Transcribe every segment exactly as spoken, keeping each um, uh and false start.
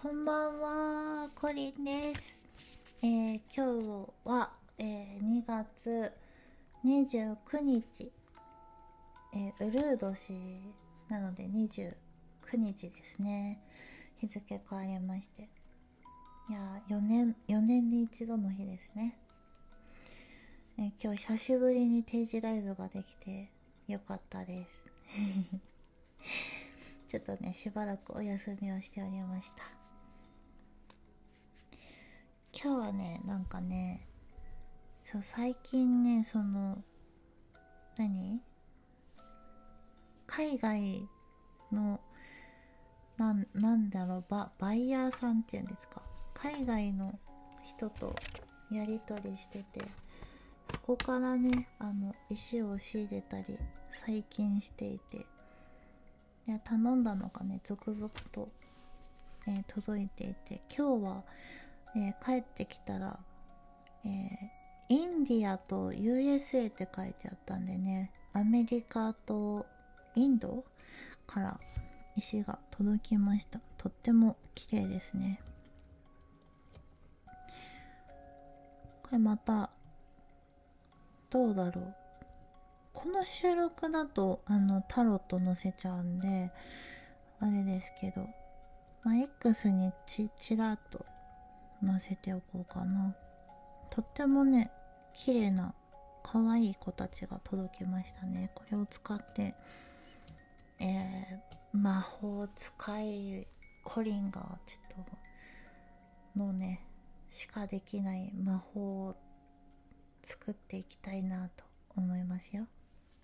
こんばんは、コリンです。えー、今日は、えー、にがつにじゅうくにち、えー、ウルー年なのでにじゅうくにちですね。日付変わりまして、いやー、よねんよねんに一度の日ですね。えー、今日久しぶりに定時ライブができてよかったです。ちょっとね、しばらくお休みをしておりました。今日はね、なんかね、そう最近ね、その何海外のなん、なんだろうバ、バイヤーさんっていうんですか、海外の人とやり取りしてて、そこからね、あの石を仕入れたり最近していて、いや頼んだのがね続々と、えー届いていて、今日は、えー帰ってきたら、えーインディアと ユーエスエー って書いてあったんでね、アメリカとインドから石が届きました。とっても綺麗ですね。これまたどうだろう、この収録だとあのタロット載せちゃうんであれですけど、まあ、X にちちらっと載せておこうかな。とってもね綺麗な可愛い子たちが届きましたね。これを使ってえー、魔法使いコリンがちょっとのねしかできない魔法を作っていきたいなと思いますよ。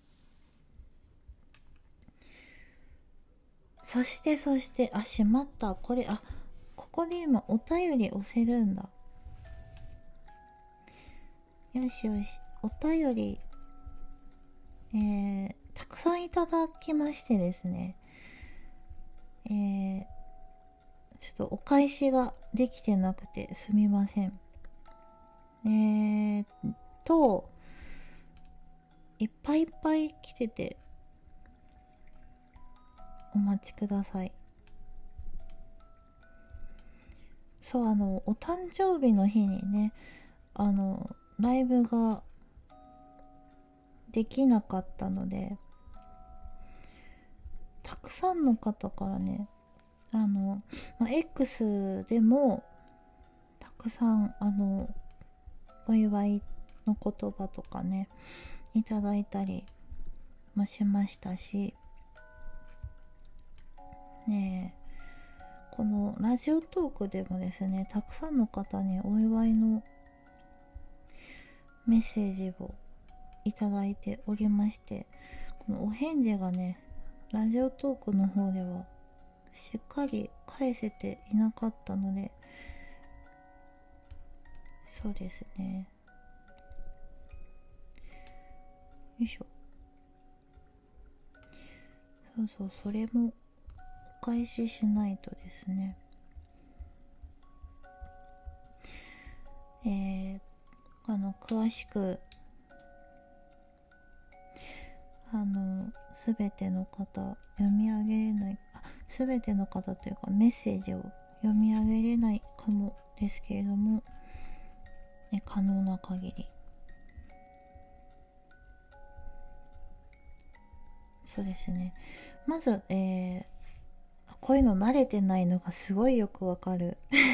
そしてそしてあ、しまった、これ、あ、ここで今お便り押せるんだ。よしよし、お便り、えー、たくさんいただきましてですね、えー、ちょっとお返しができてなくてすみません。えーっといっぱいいっぱい来てて、お待ちください。そう、あのお誕生日の日にね、あのライブができなかったので、たくさんの方からね、あの、まあ、X でもたくさんあのお祝いの言葉とかねいただいたりもしましたしね、えこのラジオトークでもですね、たくさんの方にお祝いのメッセージをいただいておりまして、このお返事がねラジオトークの方ではしっかり返せていなかったので、そうですね、よいしょ、そうそう、それもお返ししないとですね。えー、あの詳しくあのすべての方読み上げれない、あ、すべての方というかメッセージを読み上げれないかもですけれども、ね、可能な限り、そうですね。まず、えー、こういうの慣れてないのがすごいよくわかる。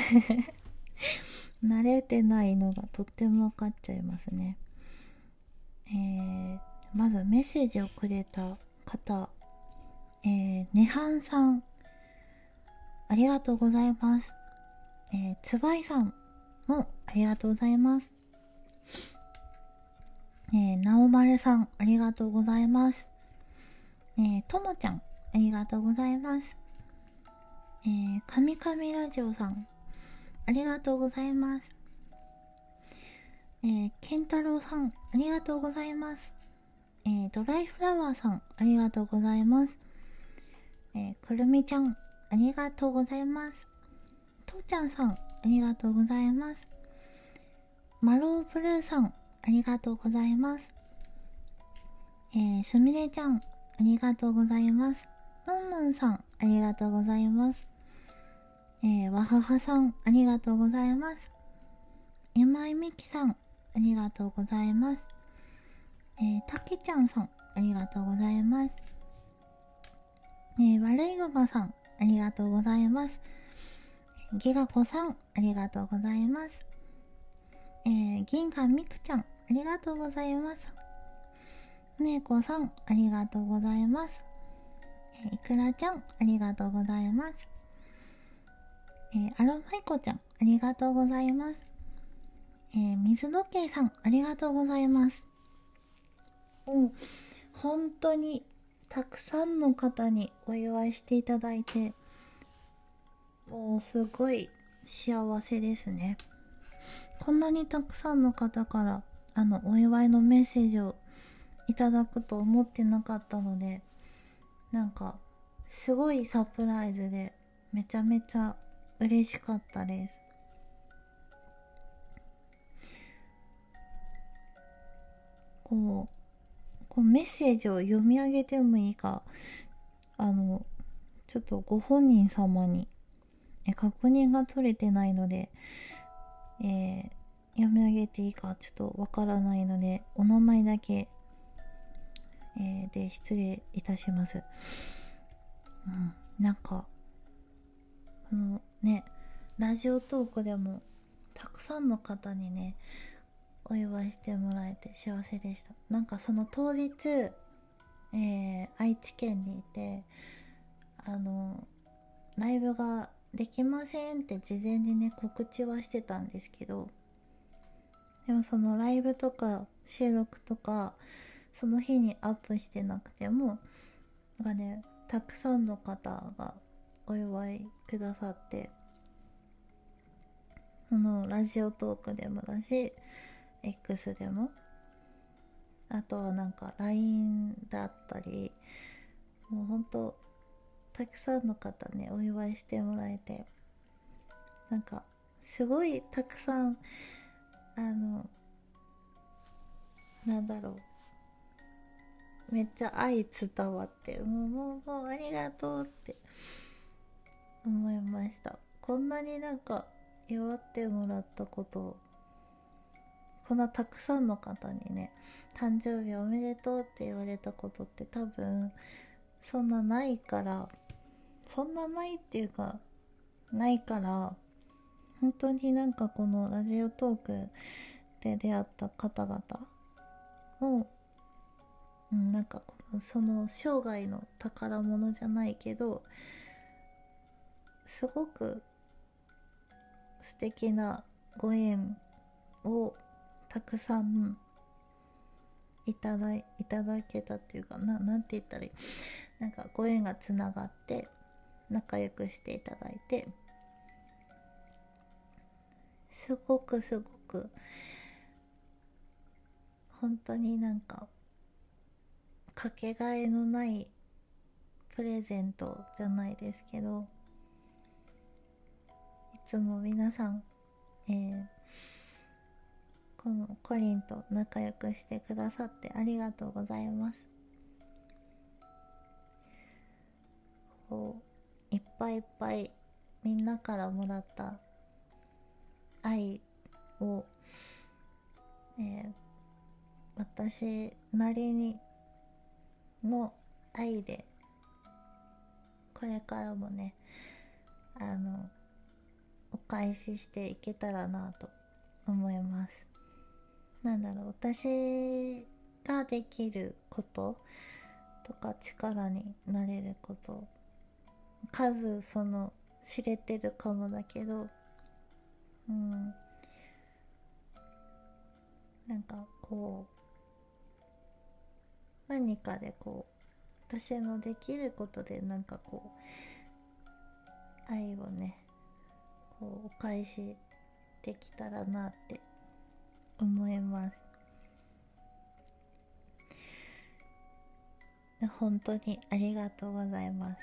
慣れてないのがとってもわかっちゃいますね。えー、まずメッセージをくれた方、えー、ねはんさん、ありがとうございます。えー、つばいさんもありがとうございます。えー、なおまるさん、ありがとうございます。えー、ともちゃん、ありがとうございます。えー、かみかみラジオさん、ありがとうございます。えー、けんたろうさん、ありがとうございます。えー、ドライフラワーさん、ありがとうございます。えー、くるみちゃん、ありがとうございます。とうちゃんさん、ありがとうございます。マローブルーさん、ありがとうございます。えー、すみれちゃん、ありがとうございます。むんむんさん、ありがとうございます。ええー、わははさんありがとうございます。今井美樹さんありがとうございます。えー、たけちゃんさんありがとうございます。えー、悪いぐまさんありがとうございます。ギガ子さんありがとうございます。えー、銀河みくちゃんありがとうございます。ねえこさんありがとうございます。えー、いくらちゃんありがとうございます。えー、アロマイコちゃんありがとうございます。えー、水時計さんありがとうございます。うん、本当にたくさんの方にお祝いしていただいて、もうすごい幸せですね。こんなにたくさんの方からあのお祝いのメッセージをいただくと思ってなかったので、なんかすごいサプライズでめちゃめちゃ嬉しかったです。こうこうメッセージを読み上げてもいいか、あのちょっとご本人様にえ確認が取れてないので、えー、読み上げていいかちょっとわからないので、お名前だけ、えー、で失礼いたします。うん、なんかこのねラジオトークでもたくさんの方にねお祝いしてもらえて幸せでした。なんかその当日、えー、愛知県にいて、あのライブができませんって事前にね告知はしてたんですけど、でもそのライブとか収録とかその日にアップしてなくてもがね、たくさんの方がお祝いくださって、そのラジオトークでもだし X でも、あとはなんか ライン だったり、もうほんとたくさんの方ねお祝いしてもらえて、なんかすごいたくさん、あのなんだろう、めっちゃ愛伝わって、もうもうもうありがとうって思いました。こんなになんか祝ってもらったこと、こんなたくさんの方にね誕生日おめでとうって言われたことって多分そんなないから、そんなないっていうかないから、本当になんかこのラジオトークで出会った方々を、うん、なんかこのその生涯の宝物じゃないけど、すごく素敵なご縁をたくさんいただい、いただけたっていうかな、なんて言ったらいい、なんかご縁がつながって仲良くしていただいて、すごくすごく本当になんかかけがえのないプレゼントじゃないですけど、いつも皆さん、えー、このコリンと仲良くしてくださってありがとうございます。こういっぱいいっぱいみんなからもらった愛を、えー、私なりにの愛でこれからもね、あのお返ししていけたらなと思います。なんだろう、私ができることとか力になれること、数その知れてるかもだけど、うん、なんかこう何かでこう私のできることでなんかこう愛をねこうお返しできたらなって思います。本当にありがとうございます。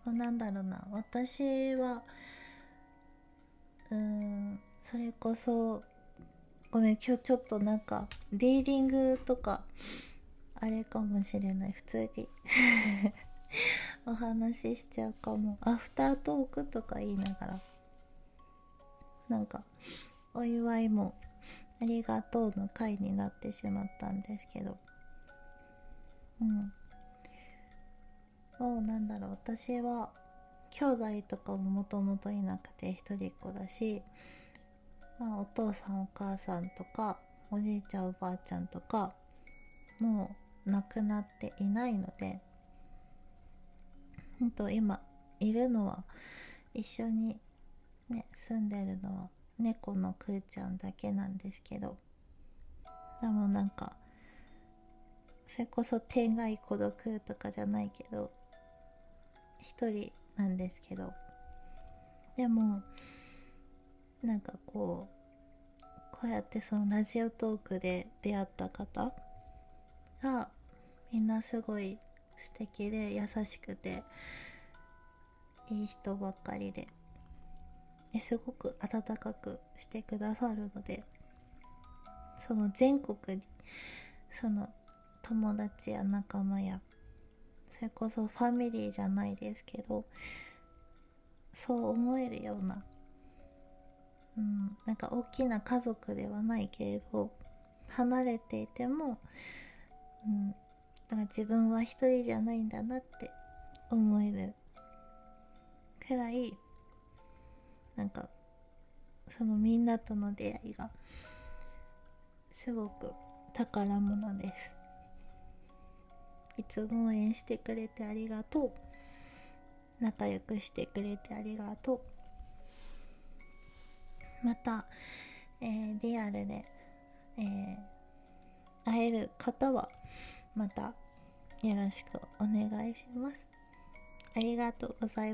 なんだろうな、私はうーんそれこそごめん、今日ちょっとなんかディーリングとかあれかもしれない、普通にお話ししちゃうかも。アフタートークとか言いながら、なんかお祝いもありがとうの回になってしまったんですけど、うんもうなんだろう、私は兄弟とかももともといなくて一人っ子だし、まあ、お父さんお母さんとかおじいちゃんおばあちゃんとかもう亡くなっていないので、ほんと今いるのは、一緒にね住んでるのは猫のくーちゃんだけなんですけど、でもなんかそれこそ天涯孤独とかじゃないけど一人なんですけど、でもなんかこうこうやってそのラジオトークで出会った方がみんなすごい素敵で優しくていい人ばっかりで、ですごく温かくしてくださるので、その全国にその友達や仲間や、それこそファミリーじゃないですけど、そう思えるような、うん、なんか大きな家族ではないけれど離れていても、うん、だから自分は一人じゃないんだなって思えるくらい、なんかそのみんなとの出会いがすごく宝物です。いつも応援してくれてありがとう、仲良くしてくれてありがとう。また、えー、リアルで、えー、会える方はまたよろしくお願いします。ありがとうござい